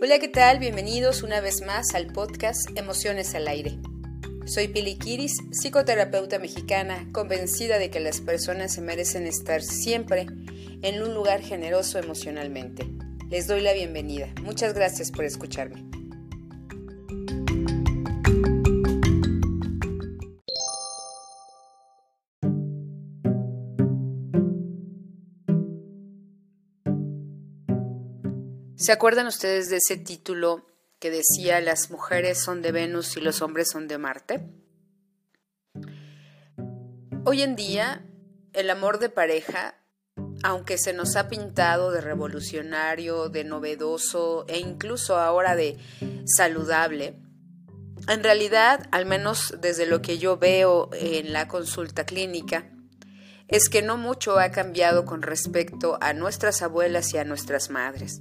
Hola, ¿qué tal? Bienvenidos una vez más al podcast Emociones al Aire. Soy Pili Quiris, psicoterapeuta mexicana, convencida de que las personas se merecen estar siempre en un lugar generoso emocionalmente. Les doy la bienvenida. Muchas gracias por escucharme. ¿Se acuerdan ustedes de ese título que decía las mujeres son de Venus y los hombres son de Marte? Hoy en día, el amor de pareja, aunque se nos ha pintado de revolucionario, de novedoso e incluso ahora de saludable, en realidad, al menos desde lo que yo veo en la consulta clínica, es que no mucho ha cambiado con respecto a nuestras abuelas y a nuestras madres.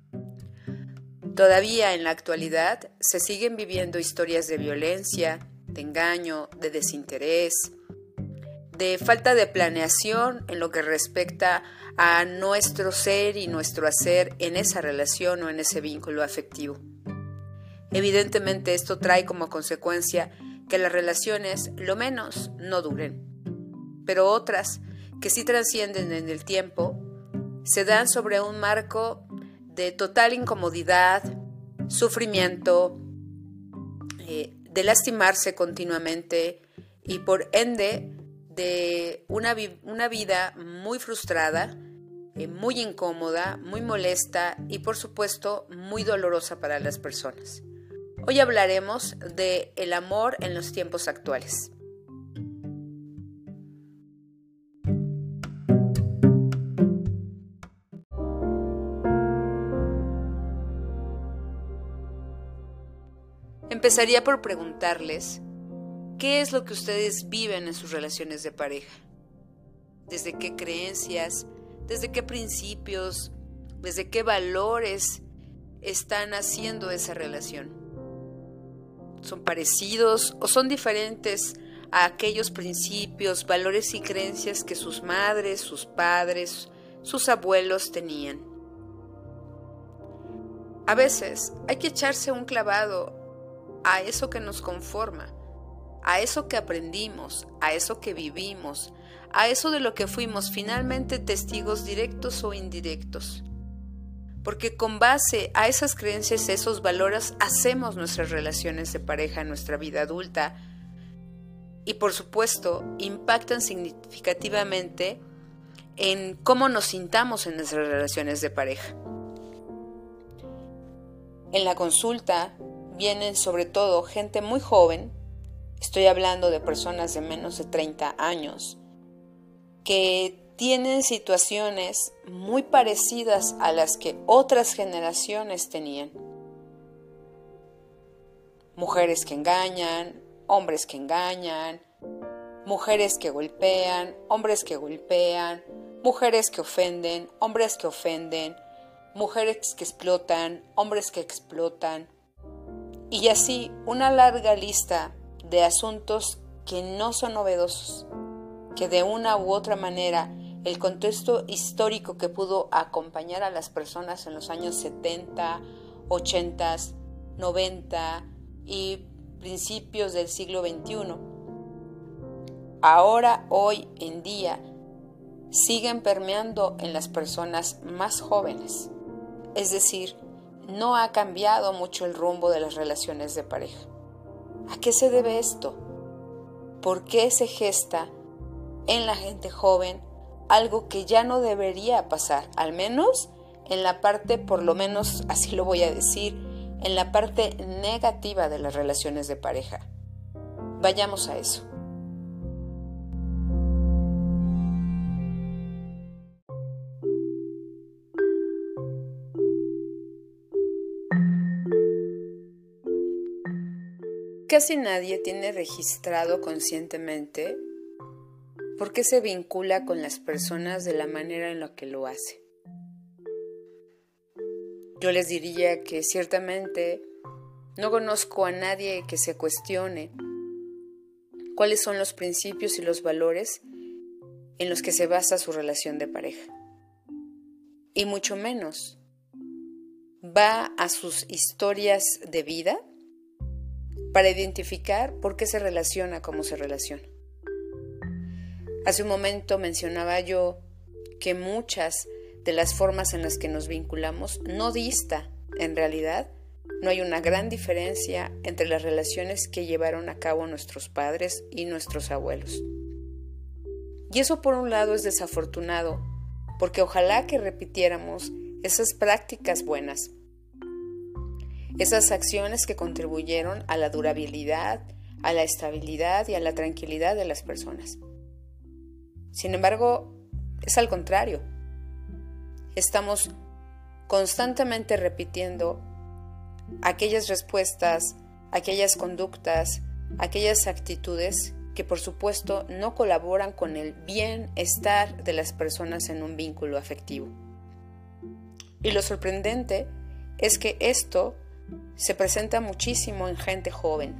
Todavía en la actualidad se siguen viviendo historias de violencia, de engaño, de desinterés, de falta de planeación en lo que respecta a nuestro ser y nuestro hacer en esa relación o en ese vínculo afectivo. Evidentemente esto trae como consecuencia que las relaciones, lo menos, no duren, pero otras, que sí trascienden en el tiempo, se dan sobre un marco de total incomodidad, sufrimiento, de lastimarse continuamente y por ende de una vida muy frustrada, muy incómoda, muy molesta y por supuesto muy dolorosa para las personas. Hoy hablaremos de el amor en los tiempos actuales. Empezaría por preguntarles, ¿qué es lo que ustedes viven en sus relaciones de pareja? ¿Desde qué creencias, desde qué principios, desde qué valores están haciendo esa relación? ¿Son parecidos o son diferentes a aquellos principios, valores y creencias que sus madres, sus padres, sus abuelos tenían? A veces hay que echarse un clavado a eso que nos conforma, a eso que aprendimos, a eso que vivimos, a eso de lo que fuimos finalmente testigos directos o indirectos. Porque con base a esas creencias, esos valores, hacemos nuestras relaciones de pareja en nuestra vida adulta y por supuesto impactan significativamente en cómo nos sintamos en nuestras relaciones de pareja. En la consulta vienen sobre todo gente muy joven, estoy hablando de personas de menos de 30 años, que tienen situaciones muy parecidas a las que otras generaciones tenían. Mujeres que engañan, hombres que engañan, mujeres que golpean, hombres que golpean, mujeres que ofenden, hombres que ofenden, mujeres que explotan, hombres que explotan, y así una larga lista de asuntos que no son novedosos, que de una u otra manera el contexto histórico que pudo acompañar a las personas en los años 70, 80, 90 y principios del siglo XXI, ahora, hoy en día, siguen permeando en las personas más jóvenes. Es decir, no ha cambiado mucho el rumbo de las relaciones de pareja. ¿A qué se debe esto? ¿Por qué se gesta en la gente joven algo que ya no debería pasar? Al menos en la parte, por lo menos así lo voy a decir, en la parte negativa de las relaciones de pareja. Vayamos a eso. Casi nadie tiene registrado conscientemente por qué se vincula con las personas de la manera en la que lo hace. Yo les diría que ciertamente no conozco a nadie que se cuestione cuáles son los principios y los valores en los que se basa su relación de pareja. Y mucho menos va a sus historias de vida para identificar por qué se relaciona como se relaciona. Hace un momento mencionaba yo que muchas de las formas en las que nos vinculamos no dista, en realidad, no hay una gran diferencia entre las relaciones que llevaron a cabo nuestros padres y nuestros abuelos. Y eso por un lado es desafortunado, porque ojalá que repitiéramos esas prácticas buenas, esas acciones que contribuyeron a la durabilidad, a la estabilidad y a la tranquilidad de las personas. Sin embargo, es al contrario. Estamos constantemente repitiendo aquellas respuestas, aquellas conductas, aquellas actitudes que por supuesto no colaboran con el bienestar de las personas en un vínculo afectivo. Y lo sorprendente es que esto se presenta muchísimo en gente joven.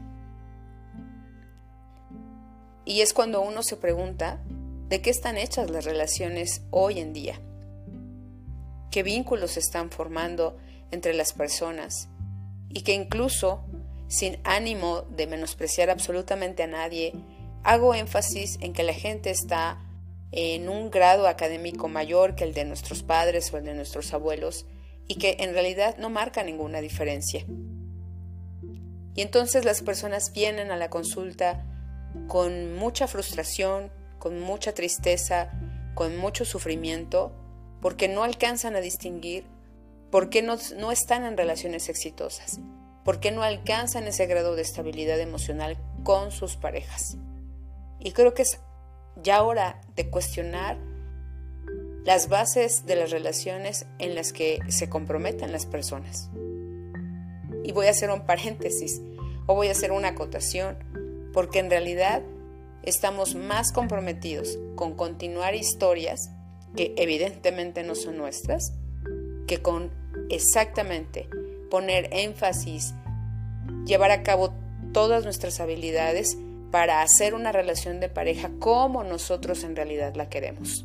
Y es cuando uno se pregunta de qué están hechas las relaciones hoy en día, qué vínculos se están formando entre las personas y que incluso, sin ánimo de menospreciar absolutamente a nadie, hago énfasis en que la gente está en un grado académico mayor que el de nuestros padres o el de nuestros abuelos y que en realidad no marca ninguna diferencia. Y entonces las personas vienen a la consulta con mucha frustración, con mucha tristeza, con mucho sufrimiento, porque no alcanzan a distinguir por qué no están en relaciones exitosas, por qué no alcanzan ese grado de estabilidad emocional con sus parejas. Y creo que es ya hora de cuestionar las bases de las relaciones en las que se comprometen las personas. Y voy a hacer un paréntesis o voy a hacer una acotación, porque en realidad estamos más comprometidos con continuar historias que evidentemente no son nuestras, que con exactamente poner énfasis, llevar a cabo todas nuestras habilidades para hacer una relación de pareja como nosotros en realidad la queremos.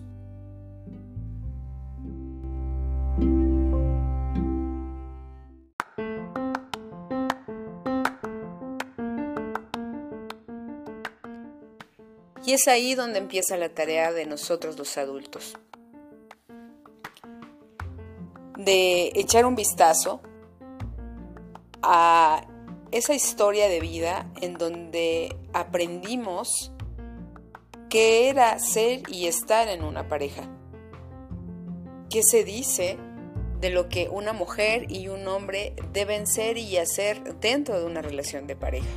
Y es ahí donde empieza la tarea de nosotros los adultos, de echar un vistazo a esa historia de vida en donde aprendimos qué era ser y estar en una pareja, qué se dice de lo que una mujer y un hombre deben ser y hacer dentro de una relación de pareja.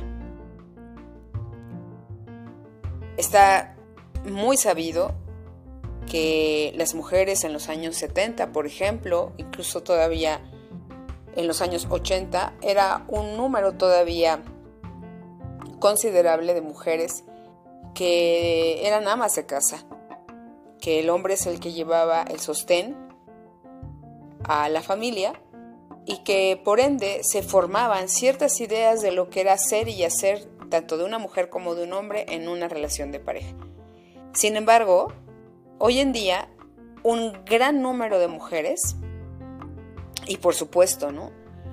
Está muy sabido que las mujeres en los años 70, por ejemplo, incluso todavía en los años 80, era un número todavía considerable de mujeres que eran amas de casa, que el hombre es el que llevaba el sostén a la familia y que por ende se formaban ciertas ideas de lo que era ser y hacer tanto de una mujer como de un hombre en una relación de pareja. Sin embargo, hoy en día un gran número de mujeres, y por supuesto, ¿no?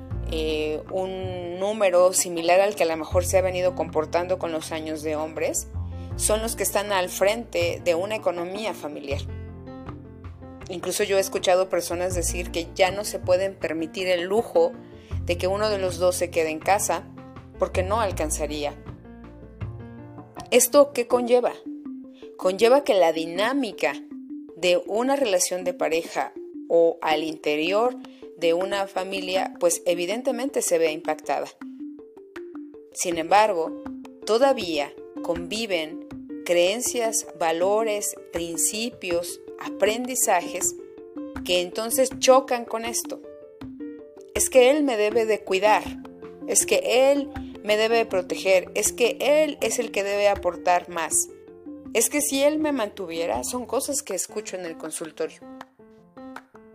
Un número similar al que a lo mejor se ha venido comportando con los años de hombres, son los que están al frente de una economía familiar. Incluso yo he escuchado personas decir que ya no se pueden permitir el lujo de que uno de los dos se quede en casa porque no alcanzaría. ¿Esto qué conlleva? Conlleva que la dinámica de una relación de pareja o al interior de una familia, pues evidentemente se ve impactada. Sin embargo, todavía conviven creencias, valores, principios, aprendizajes que entonces chocan con esto. Es que él me debe de cuidar, es que él me debe de proteger, es que él es el que debe aportar más. Es que si él me mantuviera, son cosas que escucho en el consultorio.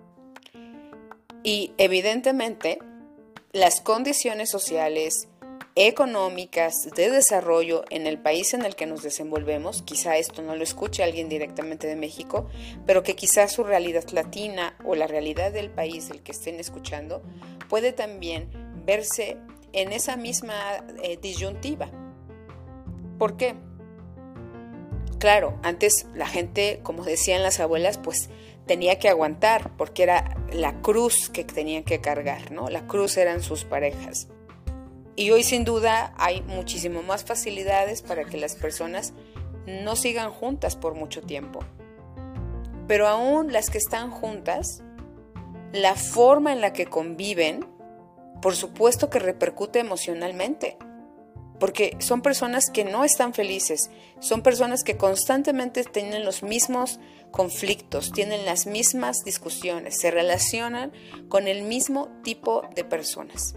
Y evidentemente, las condiciones sociales, económicas, de desarrollo en el país en el que nos desenvolvemos. Quizá esto no lo escuche alguien directamente de México, pero que quizá su realidad latina o la realidad del país del que estén escuchando puede también verse en esa misma disyuntiva. ¿Por qué? Claro, antes la gente, como decían las abuelas, pues tenía que aguantar porque era la cruz que tenían que cargar, ¿no? La cruz eran sus parejas. Y hoy sin duda hay muchísimo más facilidades para que las personas no sigan juntas por mucho tiempo. Pero aún las que están juntas, la forma en la que conviven, por supuesto que repercute emocionalmente. Porque son personas que no están felices, son personas que constantemente tienen los mismos conflictos, tienen las mismas discusiones, se relacionan con el mismo tipo de personas.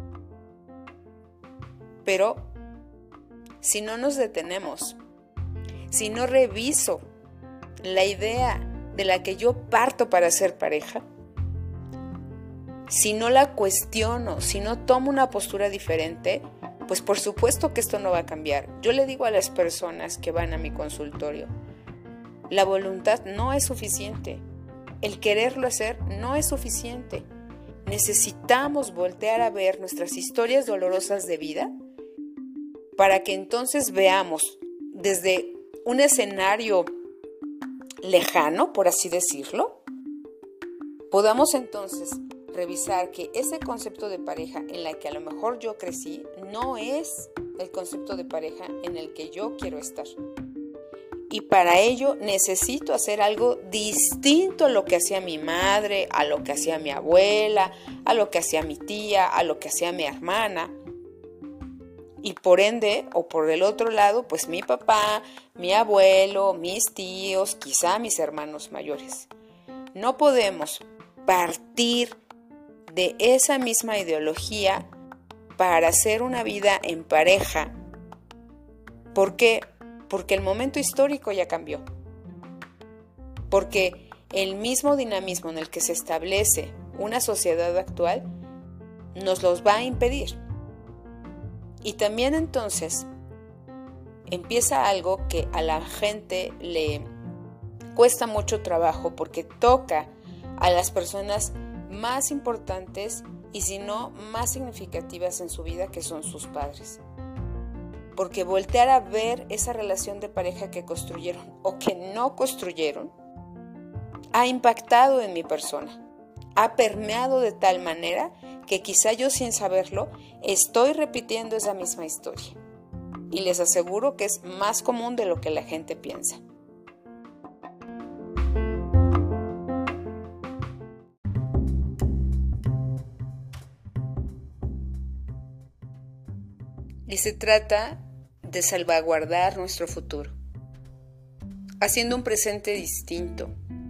Pero si no nos detenemos, si no reviso la idea de la que yo parto para ser pareja, si no la cuestiono, si no tomo una postura diferente, pues por supuesto que esto no va a cambiar. Yo le digo a las personas que van a mi consultorio, la voluntad no es suficiente, el quererlo hacer no es suficiente. Necesitamos voltear a ver nuestras historias dolorosas de vida para que entonces veamos desde un escenario lejano, por así decirlo, podamos entonces revisar que ese concepto de pareja en la que a lo mejor yo crecí no es el concepto de pareja en el que yo quiero estar. Y para ello necesito hacer algo distinto a lo que hacía mi madre, a lo que hacía mi abuela, a lo que hacía mi tía, a lo que hacía mi hermana. Y por ende, o por el otro lado, pues mi papá, mi abuelo, mis tíos, quizá mis hermanos mayores. No podemos partir de esa misma ideología para hacer una vida en pareja. ¿Por qué? Porque el momento histórico ya cambió. Porque el mismo dinamismo en el que se establece una sociedad actual nos los va a impedir. Y también entonces empieza algo que a la gente le cuesta mucho trabajo porque toca a las personas más importantes y si no más significativas en su vida, que son sus padres. Porque voltear a ver esa relación de pareja que construyeron o que no construyeron ha impactado en mi persona, ha permeado de tal manera que quizá yo sin saberlo estoy repitiendo esa misma historia. Y les aseguro que es más común de lo que la gente piensa. Y se trata de salvaguardar nuestro futuro, haciendo un presente distinto.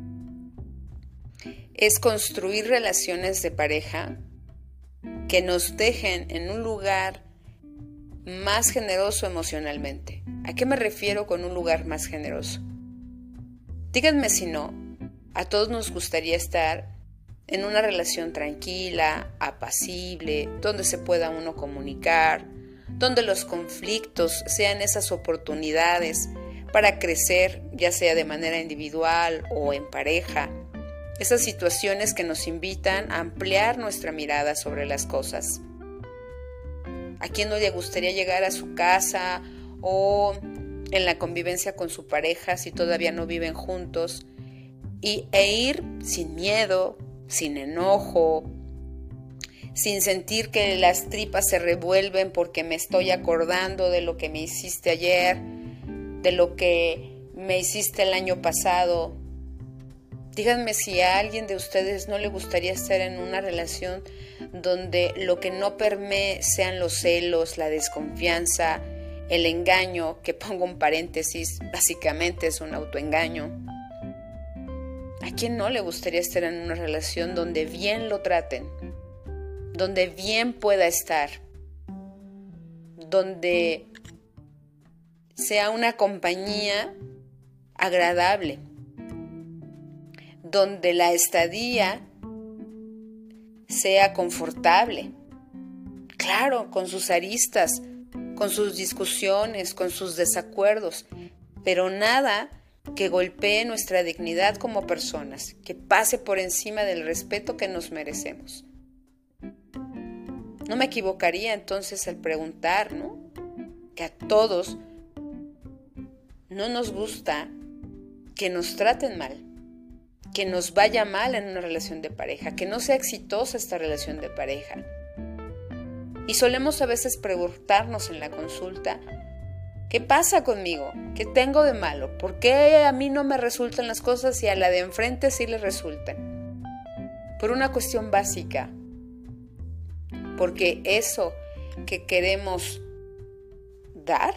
Es construir relaciones de pareja que nos dejen en un lugar más generoso emocionalmente. ¿A qué me refiero con un lugar más generoso? Díganme si no, a todos nos gustaría estar en una relación tranquila, apacible, donde se pueda uno comunicar, donde los conflictos sean esas oportunidades para crecer, ya sea de manera individual o en pareja. Esas situaciones que nos invitan a ampliar nuestra mirada sobre las cosas. ¿A quién no le gustaría llegar a su casa o en la convivencia con su pareja si todavía no viven juntos e ir sin miedo, sin enojo, sin sentir que las tripas se revuelven porque me estoy acordando de lo que me hiciste ayer, de lo que me hiciste el año pasado? Díganme si a alguien de ustedes no le gustaría estar en una relación donde lo que no permee sean los celos, la desconfianza, el engaño, que pongo un paréntesis, básicamente es un autoengaño. ¿A quién no le gustaría estar en una relación donde bien lo traten, donde bien pueda estar, donde sea una compañía agradable, donde la estadía sea confortable? claro, con sus aristas, con sus discusiones, con sus desacuerdos, pero nada que golpee nuestra dignidad como personas, que pase por encima del respeto que nos merecemos. No me equivocaría entonces al preguntar, ¿no?, que a todos no nos gusta que nos traten mal, que nos vaya mal en una relación de pareja, que no sea exitosa esta relación de pareja. Y solemos a veces preguntarnos en la consulta, ¿qué pasa conmigo? ¿Qué tengo de malo? ¿Por qué a mí no me resultan las cosas y a la de enfrente sí le resultan? Por una cuestión básica, porque eso que queremos dar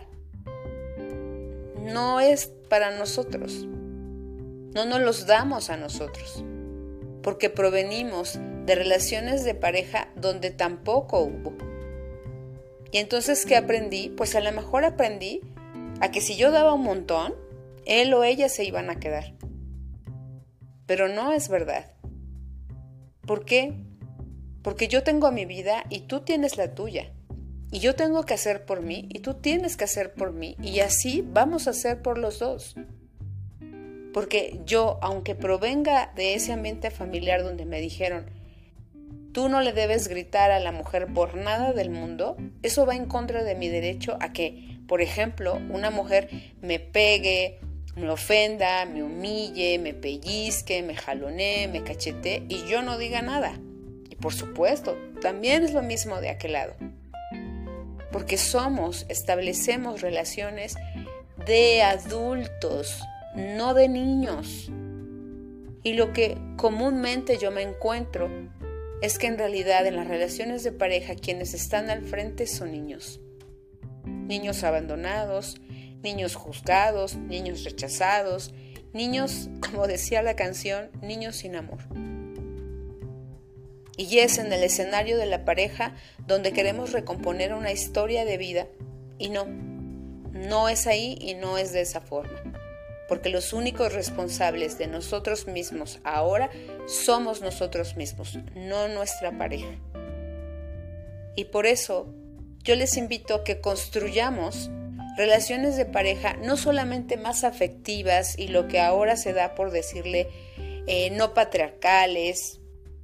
no es para nosotros, no nos los damos a nosotros, porque provenimos de relaciones de pareja donde tampoco hubo. Y entonces, ¿qué aprendí? Pues a lo mejor aprendí a que si yo daba un montón, él o ella se iban a quedar. Pero no es verdad. ¿Por qué? Porque yo tengo mi vida y tú tienes la tuya. Y yo tengo que hacer por mí y tú tienes que hacer por mí. Y así vamos a hacer por los dos. Porque yo, aunque provenga de ese ambiente familiar donde me dijeron, tú no le debes gritar a la mujer por nada del mundo, eso va en contra de mi derecho a que, por ejemplo, una mujer me pegue, me ofenda, me humille, me pellizque, me jalonee, me cachetee y yo no diga nada. Y por supuesto, también es lo mismo de aquel lado. Porque establecemos relaciones de adultos, no de niños. Y lo que comúnmente yo me encuentro es que en realidad en las relaciones de pareja quienes están al frente son niños. Niños abandonados, niños juzgados, niños rechazados, niños, como decía la canción, niños sin amor. Y es en el escenario de la pareja donde queremos recomponer una historia de vida y no es ahí y no es de esa forma. Porque los únicos responsables de nosotros mismos ahora somos nosotros mismos, no nuestra pareja. Y por eso yo les invito a que construyamos relaciones de pareja no solamente más afectivas y lo que ahora se da por decirle no patriarcales,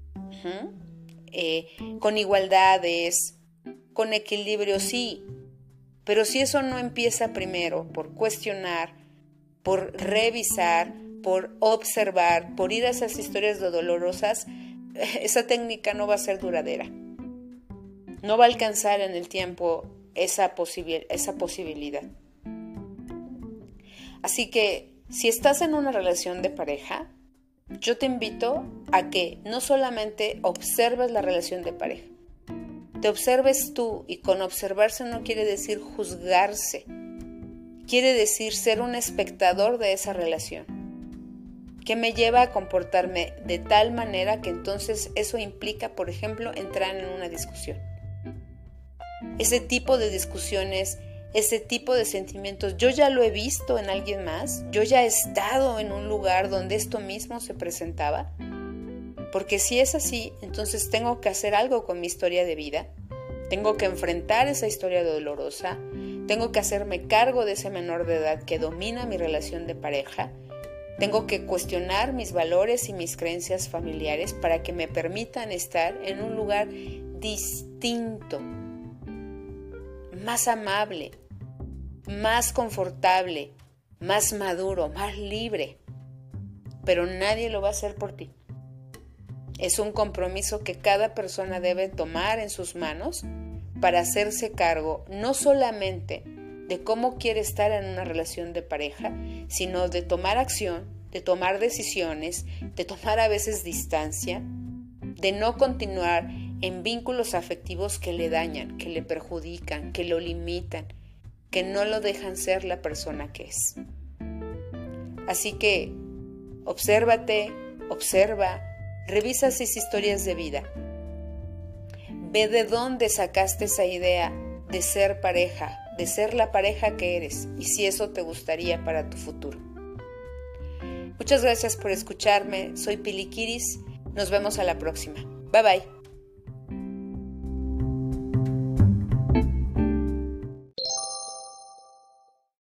con igualdades, con equilibrio, sí, pero si eso no empieza primero por cuestionar, por revisar, por observar, por ir a esas historias dolorosas, esa técnica no va a ser duradera. No va a alcanzar en el tiempo esa posibilidad. Así que si estás en una relación de pareja, yo te invito a que no solamente observes la relación de pareja, te observes tú, y con observarse no quiere decir juzgarse, quiere decir ser un espectador de esa relación, que me lleva a comportarme de tal manera que entonces eso implica, por ejemplo, entrar en una discusión. Ese tipo de discusiones, ese tipo de sentimientos, yo ya lo he visto en alguien más, yo ya he estado en un lugar donde esto mismo se presentaba, porque si es así, entonces tengo que hacer algo con mi historia de vida, tengo que enfrentar esa historia dolorosa, tengo que hacerme cargo de ese menor de edad que domina mi relación de pareja, tengo que cuestionar mis valores y mis creencias familiares para que me permitan estar en un lugar distinto, más amable, más confortable, más maduro, más libre. Pero nadie lo va a hacer por ti. Es un compromiso que cada persona debe tomar en sus manos para hacerse cargo no solamente de cómo quiere estar en una relación de pareja, sino de tomar acción, de tomar decisiones, de tomar a veces distancia, de no continuar en vínculos afectivos que le dañan, que le perjudican, que lo limitan, que no lo dejan ser la persona que es. Así que obsérvate, observa, revisa sus historias de vida. Ve de dónde sacaste esa idea de ser pareja, de ser la pareja que eres y si eso te gustaría para tu futuro. Muchas gracias por escucharme. Soy Pili Kiris. Nos vemos a la próxima. Bye bye.